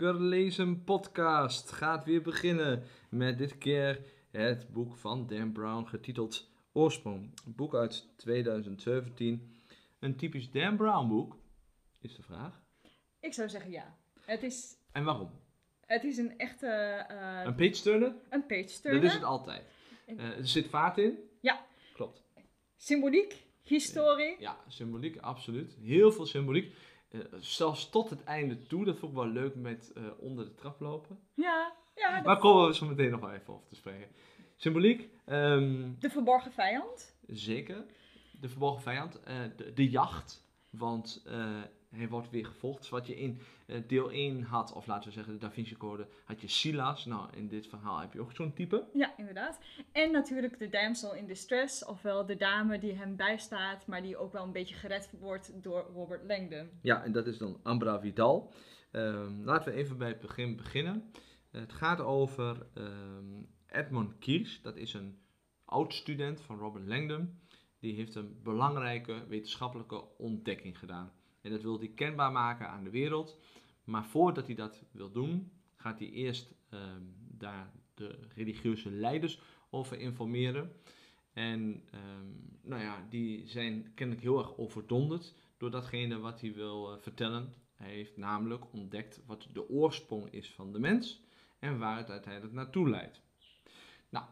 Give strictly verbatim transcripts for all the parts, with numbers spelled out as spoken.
Lekker Lezen podcast gaat weer beginnen met dit keer het boek van Dan Brown getiteld Oorsprong. Een boek uit tweeduizend zeventien. Een typisch Dan Brown boek, is de vraag. Ik zou zeggen ja. Het is, En waarom? het is een echte... eh, Een page turner? een page turner. Dat is het altijd. Uh, er zit vaart in? Ja. Klopt. Symboliek, historie. Ja, symboliek, absoluut. Heel veel symboliek. Uh, zelfs tot het einde toe. Dat vond ik wel leuk met uh, onder de trap lopen. Ja, ja. Maar daar komen we zo meteen nog wel even over te spreken. Symboliek. Um, de verborgen vijand. Zeker. De verborgen vijand. Uh, de, de jacht. Want uh, hij wordt weer gevolgd. Dus wat je in uh, deel één had, of laten we zeggen de Da Vinci Code, had je Silas. Nou, in dit verhaal heb je ook zo'n type. Ja, inderdaad. En natuurlijk de damsel in distress, ofwel de dame die hem bijstaat, maar die ook wel een beetje gered wordt door Robert Langdon. Ja, en dat is dan Ambra Vidal. Um, laten we even bij het begin beginnen. Uh, het gaat over um, Edmund Kirsch. Dat is een oud-student van Robert Langdon. Die heeft een belangrijke wetenschappelijke ontdekking gedaan. En dat wil hij kenbaar maken aan de wereld. Maar voordat hij dat wil doen, gaat hij eerst um, daar de religieuze leiders over informeren. En um, nou ja, die zijn kennelijk heel erg overdonderd door datgene wat hij wil uh, vertellen. Hij heeft namelijk ontdekt wat de oorsprong is van de mens en waar het uiteindelijk naartoe leidt. Nou,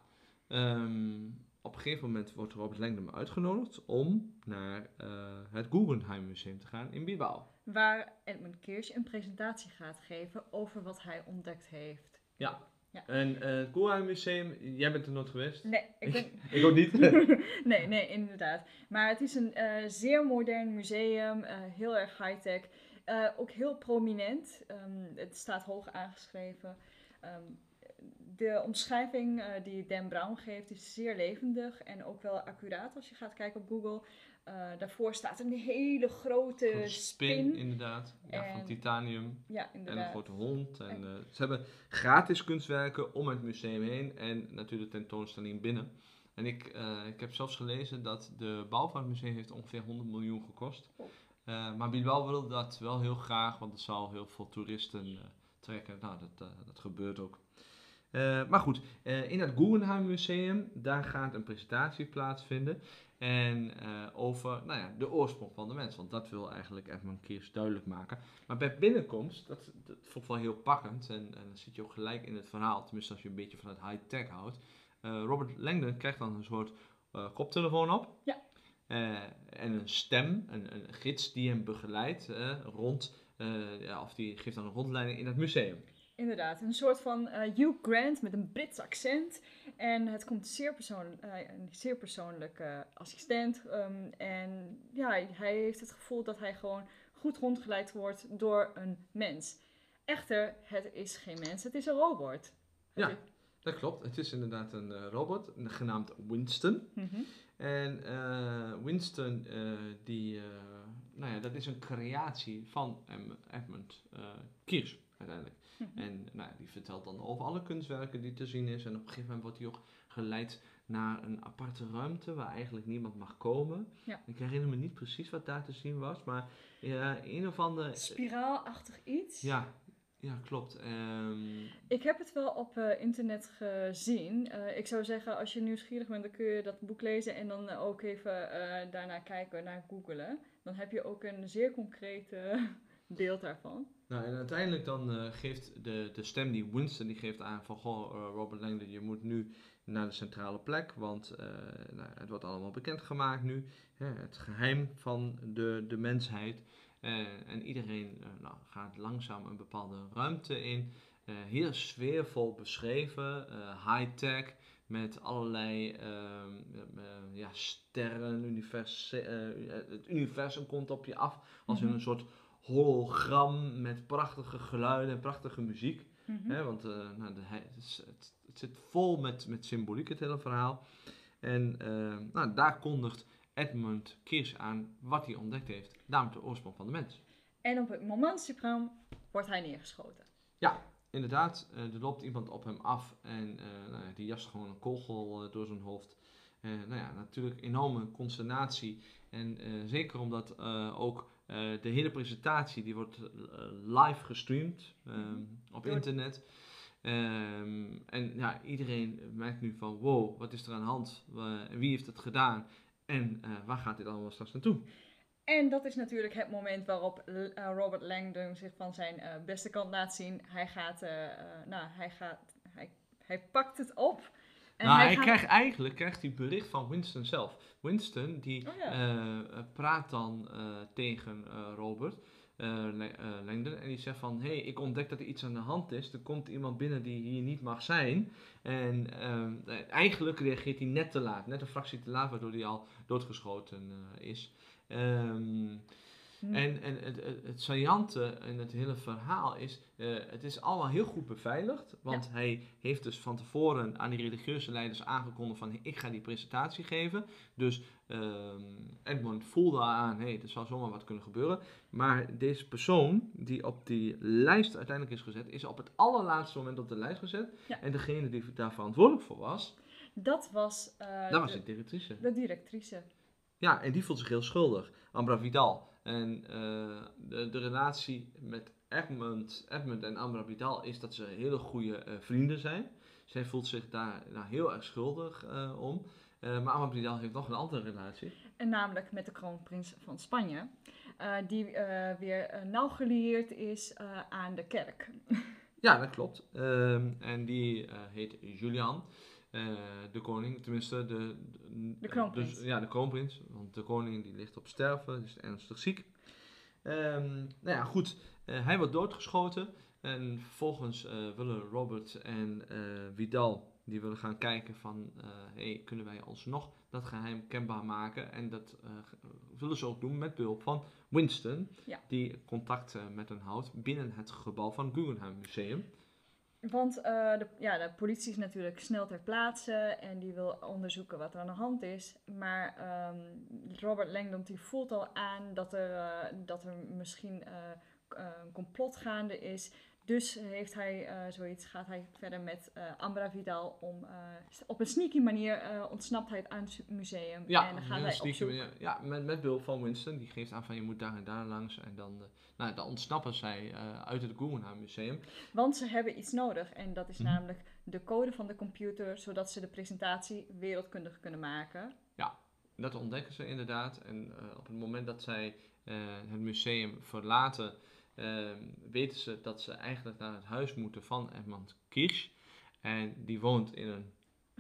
um, op een gegeven moment wordt Robert Langdon uitgenodigd om naar uh, het Guggenheim Museum te gaan in Bilbao. Waar Edmund Kirsch een presentatie gaat geven over wat hij ontdekt heeft. Ja, ja. En uh, het Guggenheim Museum, jij bent er nooit geweest? Nee, ik ben... ik ook niet. nee, nee, inderdaad. Maar het is een uh, zeer modern museum, uh, heel erg high-tech. Uh, ook heel prominent. Um, het staat hoog aangeschreven. Um, de omschrijving uh, die Dan Brown geeft is zeer levendig en ook wel accuraat als je gaat kijken op Google. Uh, daarvoor staat een hele grote spin, spin. Inderdaad. Ja, en, van titanium. Ja, inderdaad. En een grote hond. En, uh, ze hebben gratis kunstwerken om het museum heen en natuurlijk tentoonstelling binnen. En ik, uh, ik heb zelfs gelezen dat de bouw van het museum heeft ongeveer honderd miljoen gekost. Oh. Uh, maar Bilbao wil dat wel heel graag, want het zal heel veel toeristen uh, trekken. Nou, dat, uh, dat gebeurt ook. Uh, maar goed, uh, in het Guggenheim Museum, daar gaat een presentatie plaatsvinden. En uh, over nou ja, de oorsprong van de mens. Want dat wil eigenlijk Edmund Kirsch duidelijk maken. Maar bij binnenkomst, dat, dat vond ik wel heel pakkend. En, en dan zit je ook gelijk in het verhaal. Tenminste als je een beetje van het high-tech houdt. Uh, Robert Langdon krijgt dan een soort uh, koptelefoon op. Ja. Uh, en een stem, een, een gids die hem begeleidt uh, rond. Uh, ja, of die geeft dan een rondleiding in het museum. Inderdaad, een soort van uh, Hugh Grant met een Brits accent. En het komt zeer persoon, uh, een zeer persoonlijke uh, assistent. Um, en ja, hij heeft het gevoel dat hij gewoon goed rondgeleid wordt door een mens. Echter, het is geen mens, het is een robot. Ja, dat klopt. Het is inderdaad een uh, robot, genaamd Winston. Mm-hmm. En uh, Winston, uh, die, uh, nou ja, dat is een creatie van Edmund uh, Kirsch uiteindelijk. Mm-hmm. En nou, die vertelt dan over alle kunstwerken die te zien is. En op een gegeven moment wordt hij ook geleid naar een aparte ruimte waar eigenlijk niemand mag komen. Ja. Ik herinner me niet precies wat daar te zien was, maar uh, een of andere... spiraalachtig iets? Ja, ja klopt. Um... Ik heb het wel op uh, internet gezien. Uh, ik zou zeggen, als je nieuwsgierig bent, dan kun je dat boek lezen en dan uh, ook even uh, daarna kijken, naar googlen. Dan heb je ook een zeer concreet uh, beeld daarvan. Nou, en uiteindelijk dan uh, geeft de, de stem die Winston die geeft aan van, goh, uh, Robert Langdon, je moet nu naar de centrale plek, want uh, nou, het wordt allemaal bekendgemaakt nu. Hè, het geheim van de, de mensheid. Uh, en iedereen uh, nou, gaat langzaam een bepaalde ruimte in. Uh, heel sfeervol beschreven, uh, high-tech, met allerlei uh, uh, ja, sterren, univers, uh, het universum komt op je af als mm-hmm. in een soort hologram met prachtige geluiden en prachtige muziek. Mm-hmm. Hè, want uh, nou, de, het, is, het, het zit vol met, met symboliek, het hele verhaal. En uh, nou, daar kondigt Edmund Kirsch aan wat hij ontdekt heeft, namelijk de oorsprong van de mens. En op het moment supreme wordt hij neergeschoten. Ja, inderdaad. Uh, er loopt iemand op hem af en uh, nou ja, die jast gewoon een kogel uh, door zijn hoofd. Uh, nou ja, natuurlijk enorme consternatie. En uh, zeker omdat uh, ook Uh, de hele presentatie die wordt uh, live gestreamd um, Mm-hmm. op Door... internet. Um, en ja, iedereen merkt nu van wow, wat is er aan de hand? Uh, wie heeft het gedaan? En uh, waar gaat dit allemaal straks naartoe? En dat is natuurlijk het moment waarop uh, Robert Langdon zich van zijn uh, beste kant laat zien. Hij gaat, uh, uh, nou, hij gaat, hij, hij pakt het op. En nou, hij, hij gaat... krijgt eigenlijk krijgt hij bericht van Winston zelf. Winston die oh, ja. uh, praat dan uh, tegen uh, Robert uh, uh, Langdon en die zegt van, hé, hey, ik ontdek dat er iets aan de hand is. Er komt iemand binnen die hier niet mag zijn. En uh, eigenlijk reageert hij net te laat, net een fractie te laat, waardoor hij al doodgeschoten uh, is. Um, hm. En, en het, het, het saillante in het hele verhaal is, uh, het is allemaal heel goed beveiligd. Want ja. hij heeft dus van tevoren aan die religieuze leiders aangekondigd van, ik ga die presentatie geven. Dus um, Edmund voelde aan, hé, hey, er zou zomaar wat kunnen gebeuren. Maar deze persoon die op die lijst uiteindelijk is gezet, is op het allerlaatste moment op de lijst gezet. Ja. En degene die daar verantwoordelijk voor was, dat was, uh, dat was de directrice. De directrice. Ja, en die voelt zich heel schuldig, Ambra Vidal. En uh, de, de relatie met Edmund, Edmund en Ambra Vidal is dat ze hele goede uh, vrienden zijn. Zij voelt zich daar nou, heel erg schuldig uh, om. Uh, maar Ambra Vidal heeft nog een andere relatie. En namelijk met de kroonprins van Spanje. Uh, die uh, weer uh, nauw gelieerd is uh, aan de kerk. Ja, dat klopt. Um, en die uh, heet Julian. Uh, de koning, tenminste de, de, de kroonprins. Dus, ja, de kroonprins, want de koning die ligt op sterven, is ernstig ziek. Um, nou ja, goed, uh, hij wordt doodgeschoten en vervolgens uh, willen Robert en uh, Vidal, die willen gaan kijken van, uh, hey, kunnen wij alsnog dat geheim kenbaar maken? En dat uh, willen ze ook doen met behulp van Winston, ja. die contact uh, met hen houdt binnen het gebouw van het Guggenheim Museum. Want uh, de, ja, de politie is natuurlijk snel ter plaatse en die wil onderzoeken wat er aan de hand is. Maar um, Robert Langdon die voelt al aan dat er, uh, dat er misschien uh, een complot gaande is. Dus heeft hij uh, zoiets, gaat hij verder met uh, Ambra Vidal om uh, op een sneaky manier uh, ontsnapt hij aan het museum. Ja, en dan gaat hij op zoek. Manier, ja, met, met behulp van Winston, die geeft aan van je moet daar en daar langs. En dan, uh, nou, dan ontsnappen zij uh, uit het Guggenheim Museum. Want ze hebben iets nodig en dat is hm. namelijk de code van de computer, zodat ze de presentatie wereldkundig kunnen maken. Ja, dat ontdekken ze inderdaad. En uh, op het moment dat zij uh, het museum verlaten, Uh, weten ze dat ze eigenlijk naar het huis moeten van Edmund Kirsch. En die woont in een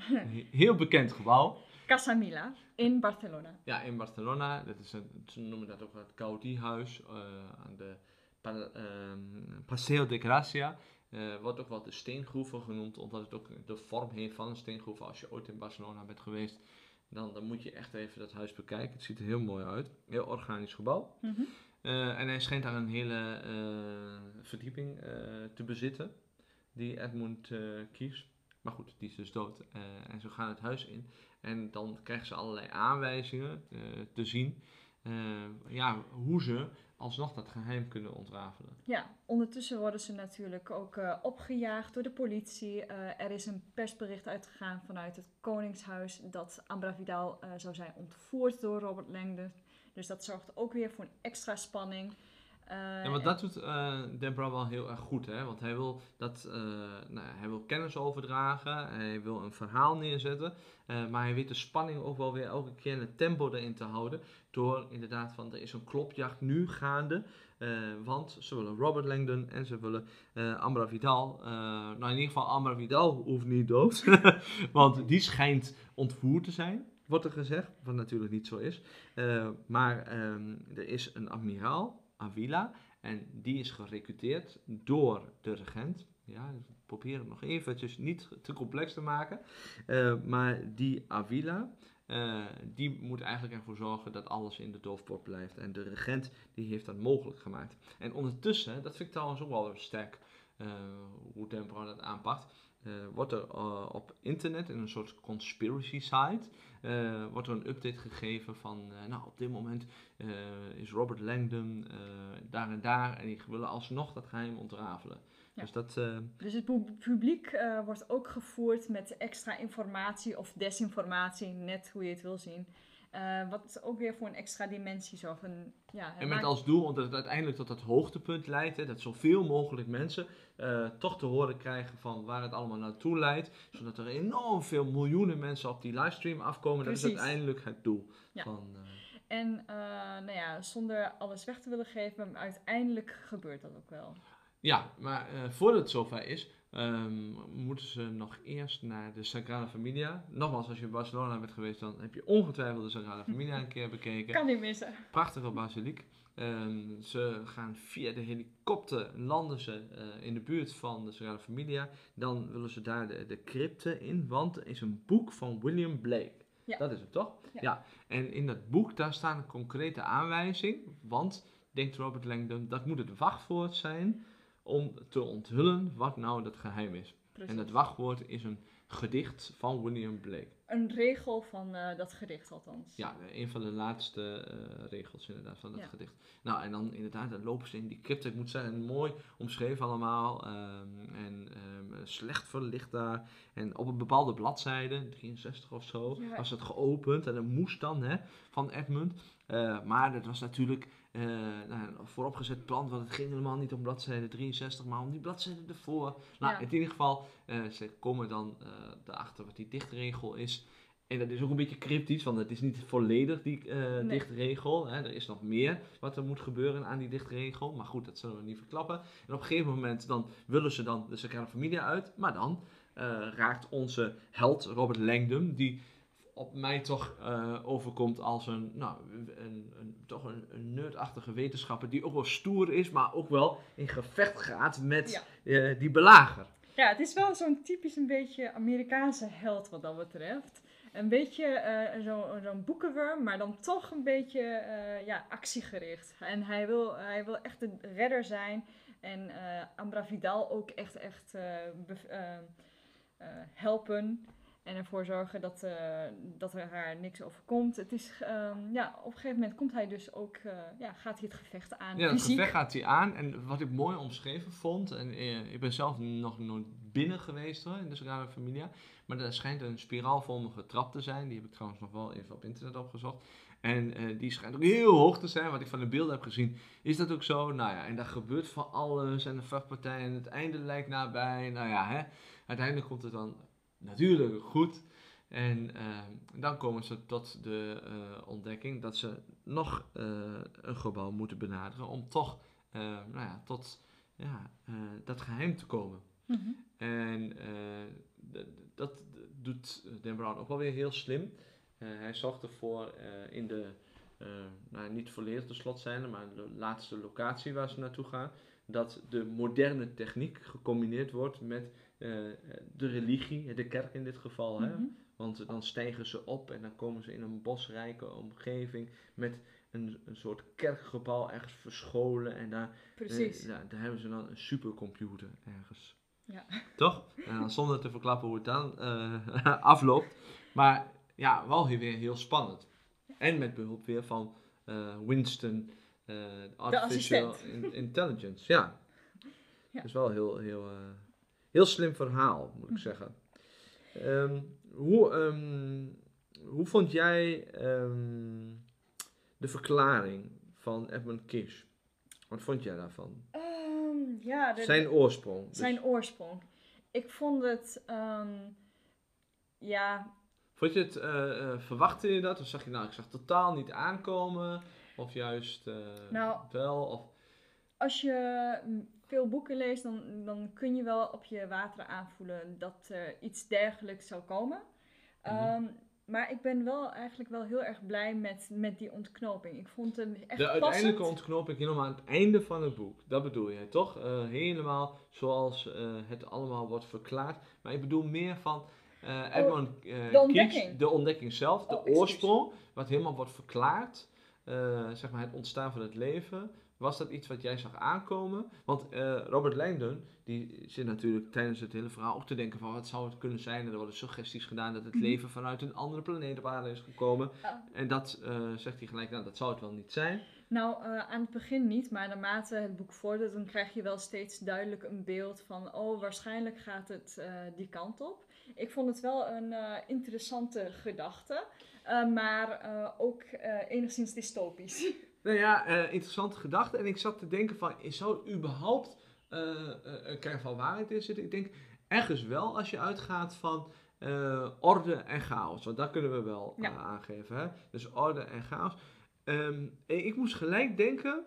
heel bekend gebouw. Casa Mila in Barcelona. Ja, in Barcelona. Dat is een, ze noemen dat ook het Gaudí-huis uh, aan de pa, uh, Paseo de Gracia. Uh, wordt ook wel de steengroeven genoemd, omdat het ook de vorm heeft van een steengroef. Als je ooit in Barcelona bent geweest, dan, dan moet je echt even dat huis bekijken. Het ziet er heel mooi uit. Heel organisch gebouw. Mm-hmm. Uh, en hij schijnt daar een hele uh, verdieping uh, te bezitten, die Edmund uh, Kirsch. Maar goed, die is dus dood. Uh, en ze gaan het huis in. En dan krijgen ze allerlei aanwijzingen uh, te zien. Uh, ja, hoe ze alsnog dat geheim kunnen ontrafelen. Ja, ondertussen worden ze natuurlijk ook uh, opgejaagd door de politie. Uh, er is een persbericht uitgegaan vanuit het Koningshuis dat Ambra Vidal uh, zou zijn ontvoerd door Robert Langdon. Dus dat zorgt ook weer voor een extra spanning. Uh, ja, want dat doet uh, Debra wel heel erg goed, hè? Want hij wil, dat, uh, nou, hij wil kennis overdragen, hij wil een verhaal neerzetten, uh, maar hij weet de spanning ook wel weer elke keer in het tempo erin te houden, door inderdaad van, er is een klopjacht nu gaande, uh, want ze willen Robert Langdon en ze willen uh, Ambra Vidal. Uh, nou, in ieder geval Ambra Vidal hoeft niet dood, want die schijnt ontvoerd te zijn. Wordt er gezegd, wat natuurlijk niet zo is. Uh, maar um, er is een admiraal, Avila, en die is gerecruiteerd door de regent. Ja, dus ik probeer het nog eventjes niet te complex te maken. Uh, maar die Avila, uh, die moet eigenlijk ervoor zorgen dat alles in de doofpot blijft. En de regent, die heeft dat mogelijk gemaakt. En ondertussen, dat vind ik trouwens ook wel sterk, uh, hoe Debra dat aanpakt. Uh, wordt er uh, op internet, in een soort conspiracy site, uh, wordt er een update gegeven van, uh, nou op dit moment uh, is Robert Langdon uh, daar en daar en die willen alsnog dat geheim ontrafelen. Ja. Dus, dat, uh, dus het publiek uh, wordt ook gevoerd met extra informatie of desinformatie, net hoe je het wil zien. Uh, wat ook weer voor een extra dimensie zorgt. En, ja, en met maakt... als doel, omdat het uiteindelijk tot dat hoogtepunt leidt, hè, dat zoveel mogelijk mensen uh, toch te horen krijgen van waar het allemaal naartoe leidt. Zodat er enorm veel miljoenen mensen op die livestream afkomen. Precies. Dat is uiteindelijk het doel. Ja. Van, uh... En uh, nou ja, zonder alles weg te willen geven, maar uiteindelijk gebeurt dat ook wel. Ja, maar uh, voordat het zover is, um, moeten ze nog eerst naar de Sagrada Familia. Nogmaals, als je in Barcelona bent geweest, dan heb je ongetwijfeld de Sagrada Familia een keer bekeken. Kan niet missen. Prachtige basiliek. Um, ze gaan via de helikopter, landen ze uh, in de buurt van de Sagrada Familia. Dan willen ze daar de, de crypte in, want er is een boek van William Blake. Ja. Dat is het toch? Ja. ja. En in dat boek, daar staat een concrete aanwijzing, want, denkt Robert Langdon, dat moet het wachtwoord zijn om te onthullen wat nou dat geheim is. Precies. En het wachtwoord is een gedicht van William Blake. Een regel van uh, dat gedicht althans. Ja, een van de laatste uh, regels inderdaad van dat ja. gedicht. Nou, en dan inderdaad, dan lopen ze in die crypte. Ik moet zeggen, mooi omschreven allemaal. Um, en um, slecht verlicht daar. En op een bepaalde bladzijde, drieënzestig of zo, ja. was het geopend. En dat moest dan, hè, van Edmund. Uh, maar dat was natuurlijk uh, nou, een vooropgezet plan, want het ging helemaal niet om bladzijde drieënzestig, maar om die bladzijde ervoor. Nou, ja. in ieder geval, uh, ze komen dan uh, erachter wat die dichtregel is. En dat is ook een beetje cryptisch, want het is niet volledig die uh, nee. dichtregel. Hè. Er is nog meer wat er moet gebeuren aan die dichtregel. Maar goed, dat zullen we niet verklappen. En op een gegeven moment dan willen ze dan de Sagrada Familia uit. Maar dan uh, raakt onze held Robert Langdon, die op mij toch uh, overkomt als een, nou, een, een, toch een, een nerdachtige wetenschapper die ook wel stoer is, maar ook wel in gevecht gaat met ja. uh, die belager. Ja, het is wel zo'n typisch een beetje Amerikaanse held wat dat betreft. Een beetje uh, zo'n zo boekenworm, maar dan toch een beetje uh, ja, actiegericht. En hij wil, hij wil echt een redder zijn. En uh, Ambra Vidal ook echt, echt uh, bev- uh, uh, helpen. En ervoor zorgen dat, uh, dat er haar niks overkomt. Het is, um, ja, op een gegeven moment komt hij dus ook, uh, ja, gaat hij het gevecht aan. Ja, het gevecht gaat hij aan. En wat ik mooi omschreven vond, en uh, ik ben zelf nog nooit binnen geweest hoor, in de Sagrada Familia. Maar er schijnt een spiraalvormige trap te zijn. Die heb ik trouwens nog wel even op internet opgezocht. En uh, die schijnt ook heel hoog te zijn. Wat ik van de beelden heb gezien, is dat ook zo. Nou ja, en daar gebeurt van alles. En de vechtpartij en het einde lijkt nabij. Nou ja, hè. Uiteindelijk komt het dan natuurlijk goed. En uh, dan komen ze tot de uh, ontdekking dat ze nog uh, een gebouw moeten benaderen om toch uh, nou ja, tot ja, uh, dat geheim te komen. Mm-hmm. En uh, d- dat doet Dan Brown ook wel weer heel slim. Uh, hij zorgt ervoor uh, in de, uh, nou, niet volledig de slotscène, maar de laatste locatie waar ze naartoe gaan, dat de moderne techniek gecombineerd wordt met uh, de religie, de kerk in dit geval. Mm-hmm. Hè? Want dan stijgen ze op en dan komen ze in een bosrijke omgeving met een, een soort kerkgebouw ergens verscholen. En daar, Precies. Uh, daar, daar hebben ze dan een supercomputer ergens. Ja. Toch? Uh, zonder te verklappen hoe het dan uh, afloopt. Maar ja, wel weer heel spannend. En met behulp weer van uh, Winston, uh, Artificial in- Intelligence. Ja. Ja. Dus wel heel, heel, uh, heel slim verhaal, moet ik zeggen. Um, hoe, um, hoe vond jij um, de verklaring van Edmund Kish? Wat vond jij daarvan? Um, ja, de, zijn oorsprong. Dus. Zijn oorsprong. Ik vond het, um, ja... Vond je het, uh, uh, verwachtte je dat? Of zag je, nou, ik zag totaal niet aankomen? Of juist uh, nou, wel? Of... Als je veel boeken leest, dan, dan kun je wel op je wateren aanvoelen dat er iets dergelijks zou komen. Mm-hmm. Um, maar ik ben wel eigenlijk wel heel erg blij met, met die ontknoping. Ik vond hem echt De uiteindelijke passend. ontknoping helemaal aan het einde van het boek. Dat bedoel je, toch? Uh, helemaal zoals uh, het allemaal wordt verklaard. Maar ik bedoel meer van uh, Edmund uh, de ontdekking. Kies, de ontdekking zelf, de oh, oorsprong. Wat helemaal wordt verklaard. Uh, zeg maar het ontstaan van het leven. Was dat iets wat jij zag aankomen? Want uh, Robert Langdon, die zit natuurlijk tijdens het hele verhaal ook te denken van wat zou het kunnen zijn. En er worden suggesties gedaan dat het mm-hmm. leven vanuit een andere planeet op aarde is gekomen. Oh. En dat uh, zegt hij gelijk, nou dat zou het wel niet zijn. Nou, uh, aan het begin niet, maar naarmate het boek vordert, dan krijg je wel steeds duidelijk een beeld van, oh, waarschijnlijk gaat het uh, die kant op. Ik vond het wel een uh, interessante gedachte, uh, maar uh, ook uh, enigszins dystopisch. Nou ja, uh, interessante gedachte. En ik zat te denken van, zou überhaupt uh, uh, een kern van waarheid in zitten? Ik denk ergens wel als je uitgaat van uh, orde en chaos. Want dat kunnen we wel uh, ja. aangeven. Hè? Dus orde en chaos. Um, en ik moest gelijk denken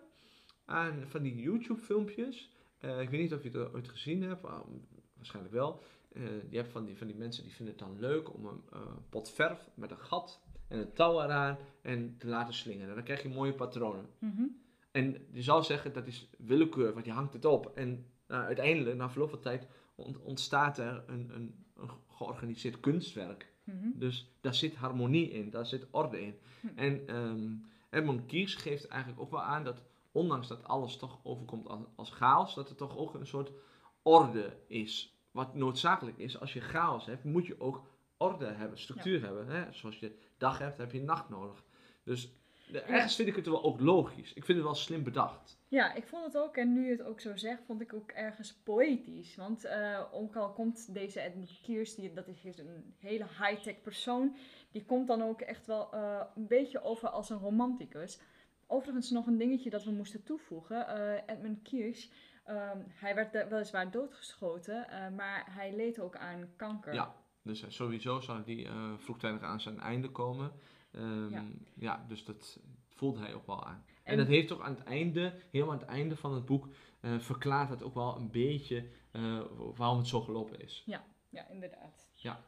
aan van die YouTube filmpjes. Uh, ik weet niet of je het ooit gezien hebt. Uh, waarschijnlijk wel. Uh, je hebt van die, van die mensen die vinden het dan leuk om een uh, pot verf met een gat en een touw eraan en te laten slingeren. Dan krijg je mooie patronen. Mm-hmm. En je zou zeggen dat is willekeur, want je hangt het op. En uh, uiteindelijk, na verloop van tijd, ont- ontstaat er een, een, een georganiseerd kunstwerk. Mm-hmm. Dus daar zit harmonie in, daar zit orde in. Mm-hmm. En um, Edmund Kiers geeft eigenlijk ook wel aan dat, ondanks dat alles toch overkomt als, als chaos, dat er toch ook een soort orde is. Wat noodzakelijk is, als je chaos hebt, moet je ook orde hebben, structuur ja. hebben. Hè? Zoals je dag hebt, heb je nacht nodig. Dus de, ergens ja. vind ik het wel ook logisch. Ik vind het wel slim bedacht. Ja, ik vond het ook, en nu je het ook zo zegt, vond ik ook ergens poëtisch. Want uh, ook al komt deze Edmund Kiers, die, dat is een hele high-tech persoon, die komt dan ook echt wel uh, een beetje over als een romanticus. Overigens nog een dingetje dat we moesten toevoegen. Uh, Edmund Kiers, um, hij werd de, weliswaar doodgeschoten, uh, maar hij leed ook aan kanker. Ja, dus sowieso zou die uh, vroegtijdig aan zijn einde komen. Um, ja. ja, dus dat voelde hij ook wel aan. En, en dat heeft ook aan het einde, helemaal aan het einde van het boek, uh, verklaart het ook wel een beetje uh, waarom het zo gelopen is. Ja, ja inderdaad. Ja.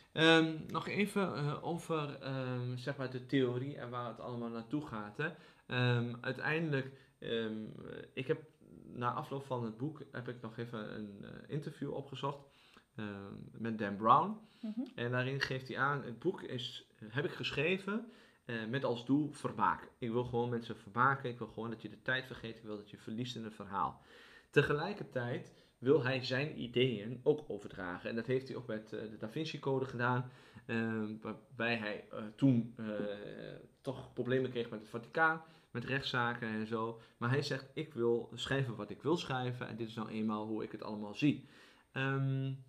Um, nog even uh, over um, zeg maar de theorie en waar het allemaal naartoe gaat. Hè. Um, uiteindelijk, um, ik heb na afloop van het boek heb ik nog even een uh, interview opgezocht uh, met Dan Brown. Mm-hmm. En daarin geeft hij aan, het boek is, heb ik geschreven uh, met als doel vermaak. Ik wil gewoon mensen vermaken, ik wil gewoon dat je de tijd vergeet, ik wil dat je verliest in het verhaal. Tegelijkertijd wil hij zijn ideeën ook overdragen. En dat heeft hij ook met uh, de Da Vinci Code gedaan, uh, waarbij hij uh, toen uh, toch problemen kreeg met het Vaticaan, met rechtszaken en zo. Maar hij zegt, ik wil schrijven wat ik wil schrijven en dit is nou eenmaal hoe ik het allemaal zie. Um,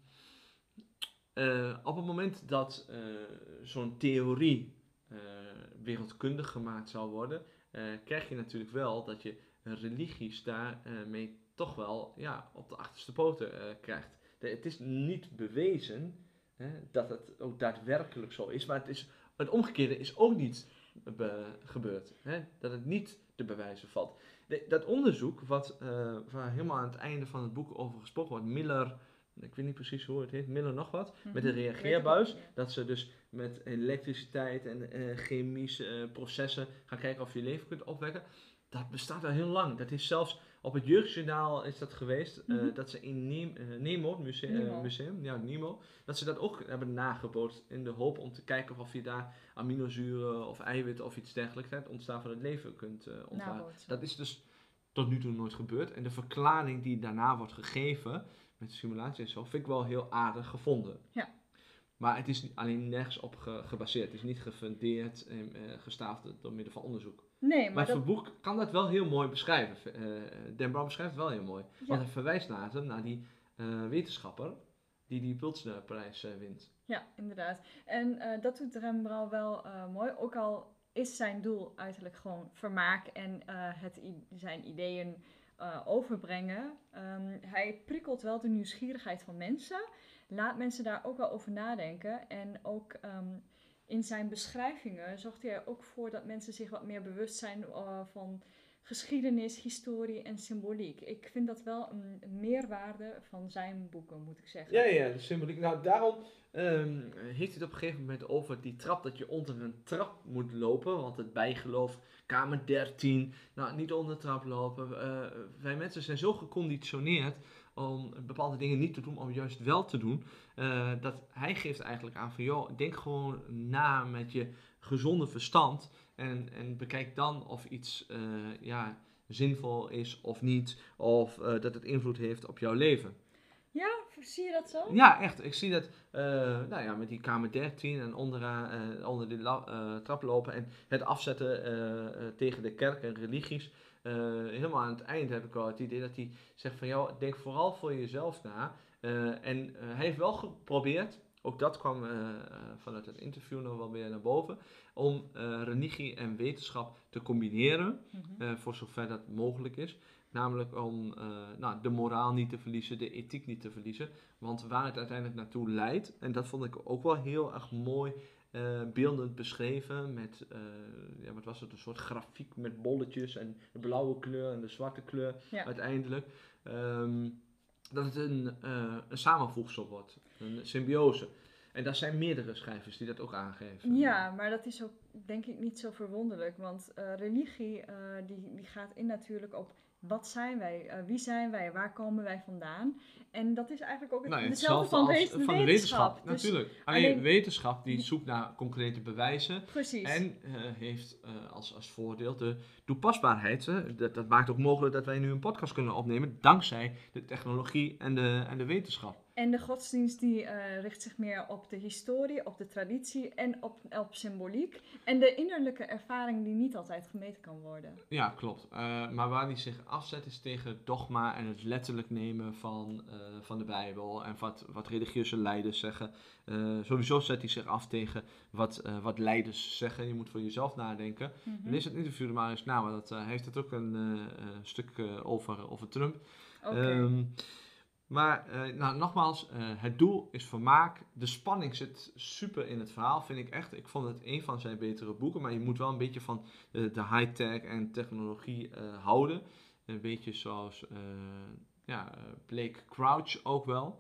uh, op het moment dat uh, zo'n theorie uh, wereldkundig gemaakt zou worden, uh, krijg je natuurlijk wel dat je religies daarmee uh, toch wel ja, op de achterste poten uh, krijgt. De, het is niet bewezen hè, dat het ook daadwerkelijk zo is, maar het, is, het omgekeerde is ook niet be, gebeurd. Hè, dat het niet te bewijzen valt. De, dat onderzoek, wat uh, waar helemaal aan het einde van het boek over gesproken wordt, Miller, ik weet niet precies hoe het heet, Miller nog wat, mm-hmm. met de reageerbuis, ja. Dat ze dus met elektriciteit en uh, chemische uh, processen gaan kijken of je leven kunt opwekken. Dat bestaat al heel lang. Dat is zelfs op het Jeugdjournaal is dat geweest. Mm-hmm. Uh, dat ze in Nemo, uh, Nemo, museum, Nemo. Uh, museum, ja Nemo, dat ze dat ook hebben nagebootst in de hoop om te kijken of je daar aminozuren of eiwitten of iets dergelijks, het ontstaan van het leven kunt uh, ontwaren. Dat is dus tot nu toe nooit gebeurd. En de verklaring die daarna wordt gegeven met de simulatie en zo, vind ik wel heel aardig gevonden. Ja. Maar het is alleen nergens op ge- gebaseerd. Het is niet gefundeerd en uh, gestaafd door middel van onderzoek. Nee, maar, maar dat... het boek kan dat wel heel mooi beschrijven. Uh, Dan Brown beschrijft het wel heel mooi. Ja. Want hij verwijst later naar die uh, wetenschapper die die Pulitzer-prijs uh, wint. Ja, inderdaad. En uh, dat doet Rembrandt wel uh, mooi. Ook al is zijn doel uiterlijk gewoon vermaak en uh, het i- zijn ideeën uh, overbrengen. Um, hij prikkelt wel de nieuwsgierigheid van mensen. Laat mensen daar ook wel over nadenken. En ook um, in zijn beschrijvingen zorgt hij er ook voor dat mensen zich wat meer bewust zijn uh, van geschiedenis, historie en symboliek. Ik vind dat wel een meerwaarde van zijn boeken, moet ik zeggen. Ja, ja, de symboliek. Nou, daarom um, heeft hij het op een gegeven moment over die trap, dat je onder een trap moet lopen. Want het bijgeloof, kamer dertien, nou, niet onder de trap lopen. Uh, wij mensen zijn zo geconditioneerd om bepaalde dingen niet te doen, om juist wel te doen. Uh, dat hij geeft eigenlijk aan van, joh, denk gewoon na met je gezonde verstand. En, en bekijk dan of iets uh, ja, zinvol is of niet. Of uh, dat het invloed heeft op jouw leven. Ja, zie je dat zo? Ja, echt. Ik zie dat uh, nou ja, met die kamer dertien en onderaan, uh, onder die la- uh, trap lopen. En het afzetten uh, uh, tegen de kerk en religies. Uh, helemaal aan het eind heb ik wel het idee dat hij zegt van, joh, denk vooral voor jezelf na. Uh, en uh, hij heeft wel geprobeerd ook dat kwam uh, vanuit het interview nog wel weer naar boven, om uh, religie en wetenschap te combineren, mm-hmm. uh, voor zover dat mogelijk is. Namelijk om uh, nou, de moraal niet te verliezen, de ethiek niet te verliezen. Want waar het uiteindelijk naartoe leidt, en dat vond ik ook wel heel erg mooi uh, beeldend beschreven. Met, uh, ja, wat was het, een soort grafiek met bolletjes en de blauwe kleur en de zwarte kleur ja. uiteindelijk. Um, dat het een, uh, een samenvoegsel wordt, een symbiose. En daar zijn meerdere schrijvers die dat ook aangeven. Ja, maar dat is ook denk ik niet zo verwonderlijk. Want uh, religie uh, die, die gaat in natuurlijk op wat zijn wij, uh, wie zijn wij, waar komen wij vandaan. En dat is eigenlijk ook het, nou, hetzelfde van, als, de, van de wetenschap. Dus natuurlijk. Alleen, alleen wetenschap die zoekt naar concrete bewijzen. Precies. En uh, heeft uh, als, als voordeel de toepasbaarheid. Hè. Dat, dat maakt ook mogelijk dat wij nu een podcast kunnen opnemen dankzij de technologie en de, en de wetenschap. En de godsdienst die uh, richt zich meer op de historie, op de traditie en op, op symboliek. En de innerlijke ervaring die niet altijd gemeten kan worden. Ja, klopt. Uh, maar waar die zich afzet is tegen het dogma en het letterlijk nemen van, uh, van de Bijbel. En wat, wat religieuze leiders zeggen. Uh, sowieso zet hij zich af tegen wat, uh, wat leiders zeggen. Je moet voor jezelf nadenken. Mm-hmm. Lees het interview er maar eens na, want dat, uh, hij heeft het ook een uh, uh, stuk uh, over, over Trump. Okay. Um, Maar uh, nou, nogmaals, uh, het doel is vermaak. De spanning zit super in het verhaal, vind ik echt. Ik vond het een van zijn betere boeken, maar je moet wel een beetje van uh, de high-tech en technologie uh, houden. Een beetje zoals uh, ja, uh, Blake Crouch ook wel.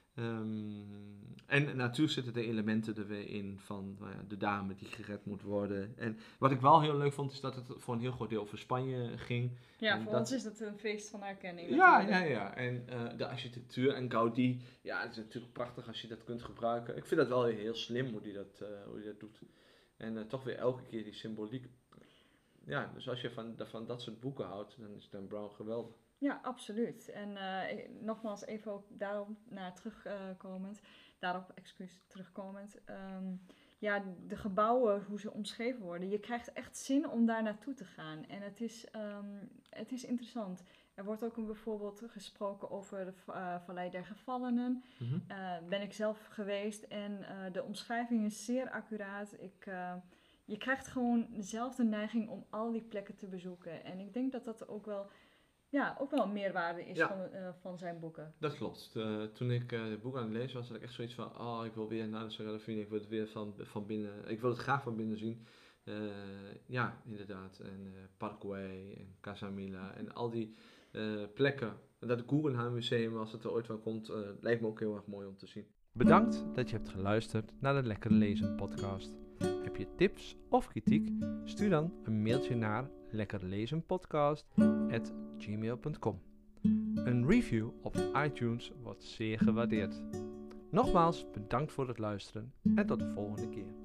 Um, en natuurlijk zitten de elementen er weer in van nou ja, de dame die gered moet worden. En wat ik wel heel leuk vond is dat het voor een heel groot deel over Spanje ging. Ja, en voor dat... ons is het een feest van herkenning. Ja, ja, ja. En uh, de architectuur en Gaudí, ja, het is natuurlijk prachtig als je dat kunt gebruiken. Ik vind dat wel heel slim hoe die dat, uh, hoe die dat doet. En uh, toch weer elke keer die symboliek. Ja, dus als je van, van dat soort boeken houdt, dan is Dan Brown geweldig. Ja, absoluut. En uh, nogmaals even ook daarop naar terugkomend, uh, daarop excuus terugkomend. Um, ja, de gebouwen, hoe ze omschreven worden. Je krijgt echt zin om daar naartoe te gaan. En het is, um, het is interessant. Er wordt ook bijvoorbeeld gesproken over de uh, Vallei der Gevallenen. Mm-hmm. Uh, ben ik zelf geweest en uh, de omschrijving is zeer accuraat. Ik, uh, je krijgt gewoon dezelfde neiging om al die plekken te bezoeken. En ik denk dat dat ook wel... Ja, ook wel een meerwaarde is ja. van, uh, van zijn boeken. Dat klopt. Uh, toen ik uh, het boek aan het lezen was, had ik echt zoiets van... Oh, ik wil weer naar de Sagrada Familia. Ik wil het weer van, van binnen... Ik wil het graag van binnen zien. Uh, ja, inderdaad. En uh, Parkway en Casamila en al die uh, plekken. En dat Guggenheim Museum, als het er ooit wel komt, uh, lijkt me ook heel erg mooi om te zien. Bedankt dat je hebt geluisterd naar de Lekker Lezen podcast. Heb je tips of kritiek? Stuur dan een mailtje naar lekkerlezenpodcast at gmail dot com. Een review op iTunes wordt zeer gewaardeerd. Nogmaals bedankt voor het luisteren en tot de volgende keer.